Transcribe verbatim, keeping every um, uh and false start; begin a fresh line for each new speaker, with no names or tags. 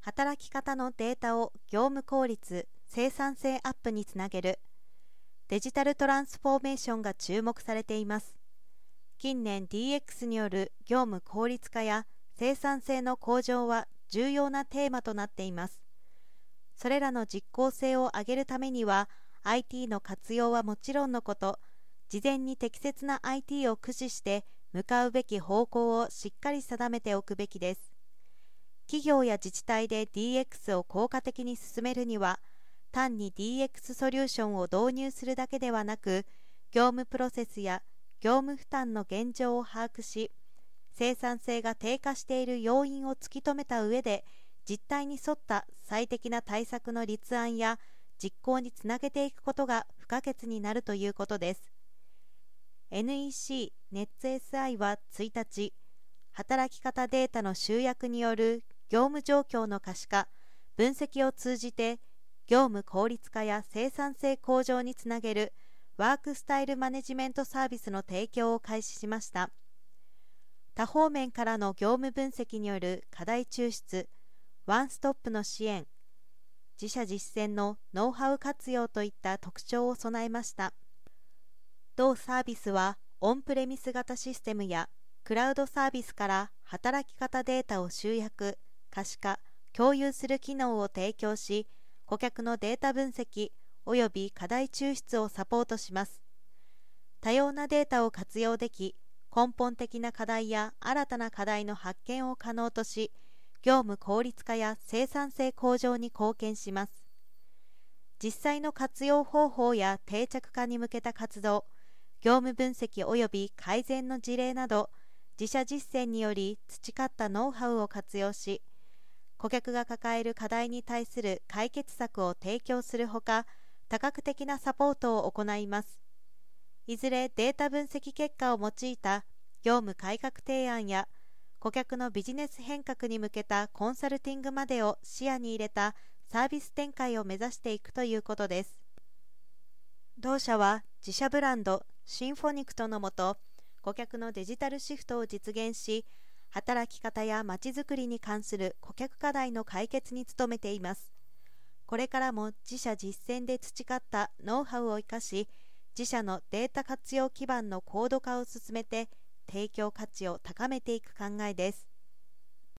働き方のデータを業務効率・生産性アップにつなげるデジタルトランスフォーメーションが注目されています。近年 ディーエックス による業務効率化や生産性の向上は重要なテーマとなっています。それらの実効性を上げるためには アイティー の活用はもちろんのこと、事前に適切な アイティー を駆使して向かうべき方向をしっかり定めておくべきです。企業や自治体で ディーエックス を効果的に進めるには、単に ディーエックス ソリューションを導入するだけではなく、業務プロセスや業務負担の現状を把握し、生産性が低下している要因を突き止めた上で、実態に沿った最適な対策の立案や実行につなげていくことが不可欠になるということです。エヌイーシー ネッツ エスアイ はついたち、働き方データの集約による業務状況の可視化・分析を通じて、業務効率化や生産性向上につなげるワークスタイルマネジメントサービスの提供を開始しました。多方面からの業務分析による課題抽出、ワンストップの支援、自社実践のノウハウ活用といった特徴を備えました。同サービスはオンプレミス型システムやクラウドサービスから働き方データを集約、可視化、共有する機能を提供し、顧客のデータ分析および課題抽出をサポートします。多様なデータを活用でき、根本的な課題や新たな課題の発見を可能とし、業務効率化や生産性向上に貢献します。実際の活用方法や定着化に向けた活動、業務分析および改善の事例など、自社実践により培ったノウハウを活用し、顧客が抱える課題に対する解決策を提供するほか、多角的なサポートを行います。いずれデータ分析結果を用いた業務改革提案や、顧客のビジネス変革に向けたコンサルティングまでを視野に入れたサービス展開を目指していくということです。同社は自社ブランドシンフォニクトのもと、顧客のデジタルシフトを実現し、働き方やまちづくりに関する顧客課題の解決に努めています。これからも自社実践で培ったノウハウを生かし、自社のデータ活用基盤の高度化を進めて、提供価値を高めていく考えです。